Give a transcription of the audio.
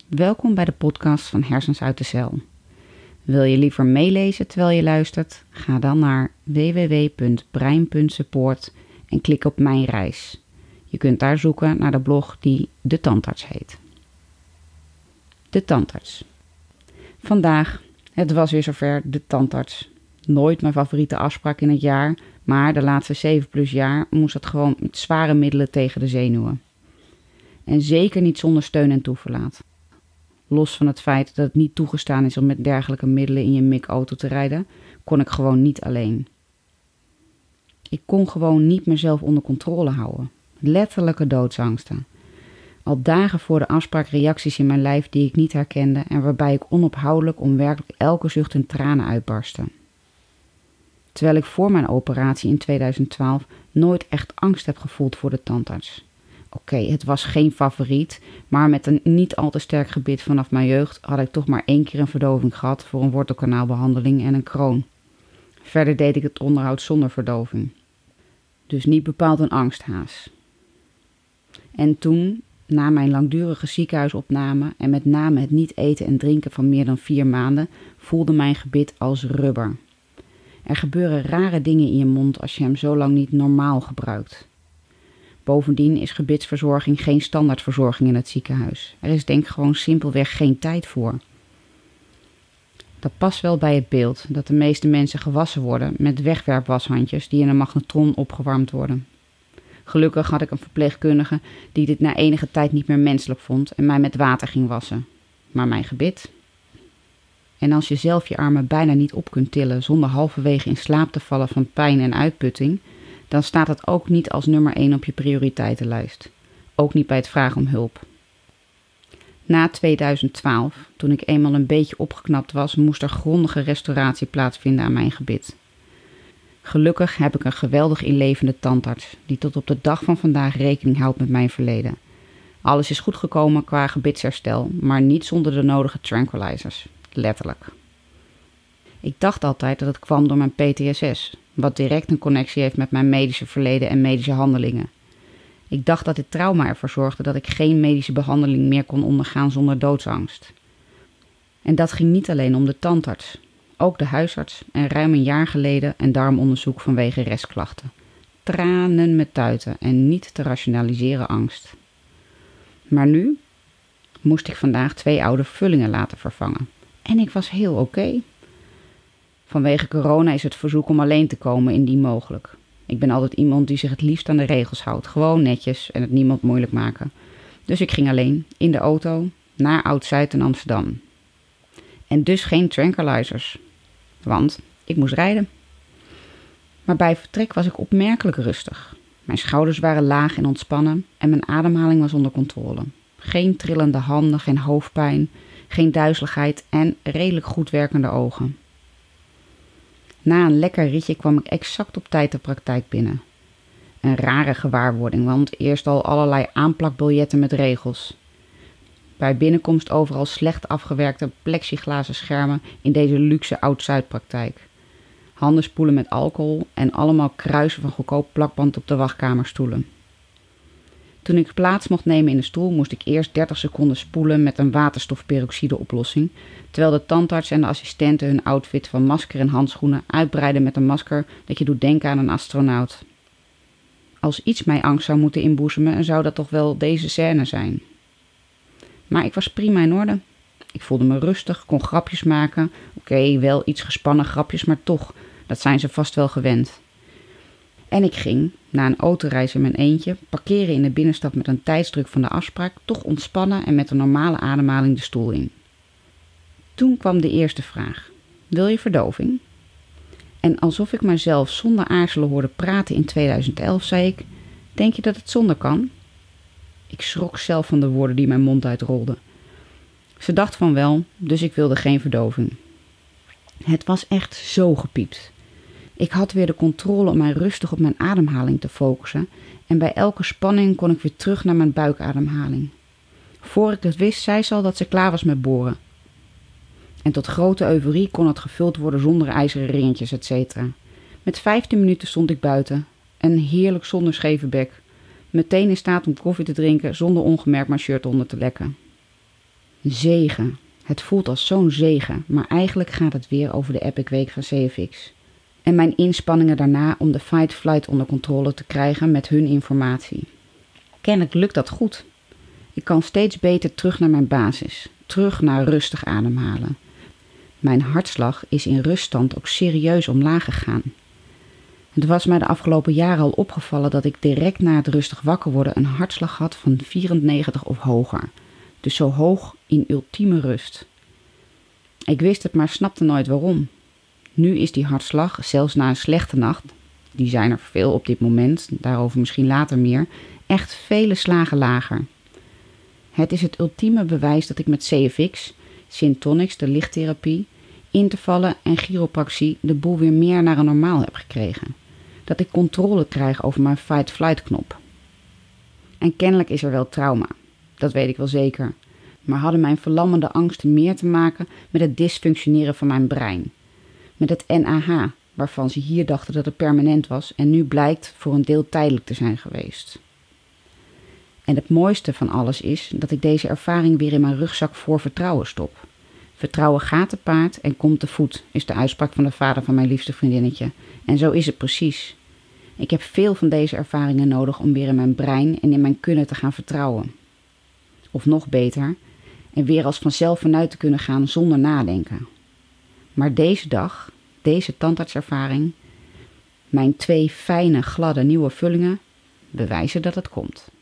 Welkom bij de podcast van Hersens uit de Cel. Wil je liever meelezen terwijl je luistert? Ga dan naar www.brein.support en klik op Mijn Reis. Je kunt daar zoeken naar de blog die De Tandarts heet. De Tandarts. Vandaag, het was weer zover, de tandarts. Nooit mijn favoriete afspraak in het jaar, maar de laatste 7+ jaar moest het gewoon met zware middelen tegen de zenuwen. En zeker niet zonder steun en toeverlaat. Los van het feit dat het niet toegestaan is om met dergelijke middelen in je MIG-auto te rijden, kon ik gewoon niet alleen. Ik kon gewoon niet mezelf onder controle houden. Letterlijke doodsangsten. Al dagen voor de afspraak reacties in mijn lijf die ik niet herkende en waarbij ik onophoudelijk om werkelijk elke zucht in tranen uitbarstte. Terwijl ik voor mijn operatie in 2012 nooit echt angst heb gevoeld voor de tandarts. Oké, het was geen favoriet, maar met een niet al te sterk gebit vanaf mijn jeugd had ik toch maar 1 keer een verdoving gehad voor een wortelkanaalbehandeling en een kroon. Verder deed ik het onderhoud zonder verdoving. Dus niet bepaald een angsthaas. En toen, na mijn langdurige ziekenhuisopname en met name het niet eten en drinken van meer dan 4 maanden, voelde mijn gebit als rubber. Er gebeuren rare dingen in je mond als je hem zo lang niet normaal gebruikt. Bovendien is gebitsverzorging geen standaardverzorging in het ziekenhuis. Er is denk ik gewoon simpelweg geen tijd voor. Dat past wel bij het beeld dat de meeste mensen gewassen worden met wegwerpwashandjes die in een magnetron opgewarmd worden. Gelukkig had ik een verpleegkundige die dit na enige tijd niet meer menselijk vond en mij met water ging wassen. Maar mijn gebit? En als je zelf je armen bijna niet op kunt tillen zonder halverwege in slaap te vallen van pijn en uitputting, dan staat het ook niet als nummer 1 op je prioriteitenlijst. Ook niet bij het vragen om hulp. Na 2012, toen ik eenmaal een beetje opgeknapt was, moest er grondige restauratie plaatsvinden aan mijn gebit. Gelukkig heb ik een geweldig inlevende tandarts die tot op de dag van vandaag rekening houdt met mijn verleden. Alles is goed gekomen qua gebitsherstel, maar niet zonder de nodige tranquilizers. Letterlijk. Ik dacht altijd dat het kwam door mijn PTSS, wat direct een connectie heeft met mijn medische verleden en medische handelingen. Ik dacht dat dit trauma ervoor zorgde dat ik geen medische behandeling meer kon ondergaan zonder doodsangst. En dat ging niet alleen om de tandarts, ook de huisarts en ruim een jaar geleden een darmonderzoek vanwege restklachten. Tranen met tuiten en niet te rationaliseren angst. Maar nu moest ik vandaag 2 oude vullingen laten vervangen. En ik was heel oké. Vanwege corona is het verzoek om alleen te komen indien mogelijk. Ik ben altijd iemand die zich het liefst aan de regels houdt. Gewoon netjes en het niemand moeilijk maken. Dus ik ging alleen in de auto naar Oud-Zuid in Amsterdam. En dus geen tranquilizers. Want ik moest rijden. Maar bij vertrek was ik opmerkelijk rustig. Mijn schouders waren laag en ontspannen en mijn ademhaling was onder controle. Geen trillende handen, geen hoofdpijn, geen duizeligheid en redelijk goed werkende ogen. Na een lekker ritje kwam ik exact op tijd de praktijk binnen. Een rare gewaarwording, want eerst al allerlei aanplakbiljetten met regels. Bij binnenkomst overal slecht afgewerkte plexiglazen schermen in deze luxe Oud-Zuid-praktijk. Handen spoelen met alcohol en allemaal kruisen van goedkoop plakband op de wachtkamerstoelen. Toen ik plaats mocht nemen in de stoel moest ik eerst 30 seconden spoelen met een waterstofperoxide oplossing, terwijl de tandarts en de assistenten hun outfit van masker en handschoenen uitbreiden met een masker dat je doet denken aan een astronaut. Als iets mij angst zou moeten inboezemen, zou dat toch wel deze scène zijn. Maar ik was prima in orde. Ik voelde me rustig, kon grapjes maken. Oké, wel iets gespannen grapjes, maar toch, dat zijn ze vast wel gewend. En ik ging, na een autoreis in mijn eentje, parkeren in de binnenstad met een tijdsdruk van de afspraak, toch ontspannen en met een normale ademhaling de stoel in. Toen kwam de eerste vraag. Wil je verdoving? En alsof ik mezelf zonder aarzelen hoorde praten in 2011, zei ik, denk je dat het zonder kan? Ik schrok zelf van de woorden die mijn mond uitrolden. Ze dacht van wel, dus ik wilde geen verdoving. Het was echt zo gepiept. Ik had weer de controle om mij rustig op mijn ademhaling te focussen en bij elke spanning kon ik weer terug naar mijn buikademhaling. Voor ik het wist, zei ze al dat ze klaar was met boren. En tot grote euforie kon het gevuld worden zonder ijzeren ringetjes, etc. Met 15 minuten stond ik buiten, en heerlijk zonder scheve bek. Meteen in staat om koffie te drinken zonder ongemerkt mijn shirt onder te lekken. Zegen. Het voelt als zo'n zegen, maar eigenlijk gaat het weer over de Epic Week van CFX. En mijn inspanningen daarna om de fight-flight onder controle te krijgen met hun informatie. Kennelijk lukt dat goed. Ik kan steeds beter terug naar mijn basis. Terug naar rustig ademhalen. Mijn hartslag is in ruststand ook serieus omlaag gegaan. Het was mij de afgelopen jaren al opgevallen dat ik direct na het rustig wakker worden een hartslag had van 94 of hoger. Dus zo hoog in ultieme rust. Ik wist het, maar snapte nooit waarom. Nu is die hartslag, zelfs na een slechte nacht, die zijn er veel op dit moment, daarover misschien later meer, echt vele slagen lager. Het is het ultieme bewijs dat ik met CFX, Syntonix, de lichttherapie, intervallen en chiropractie de boel weer meer naar een normaal heb gekregen. Dat ik controle krijg over mijn fight-flight knop. En kennelijk is er wel trauma, dat weet ik wel zeker. Maar hadden mijn verlammende angsten meer te maken met het dysfunctioneren van mijn brein. Met het NAH, waarvan ze hier dachten dat het permanent was en nu blijkt voor een deel tijdelijk te zijn geweest. En het mooiste van alles is dat ik deze ervaring weer in mijn rugzak voor vertrouwen stop. Vertrouwen gaat te paard en komt te voet, is de uitspraak van de vader van mijn liefste vriendinnetje. En zo is het precies. Ik heb veel van deze ervaringen nodig om weer in mijn brein en in mijn kunnen te gaan vertrouwen. Of nog beter, en weer als vanzelf vanuit te kunnen gaan zonder nadenken. Maar deze dag, deze tandartservaring, mijn 2 fijne, gladde nieuwe vullingen, bewijzen dat het komt.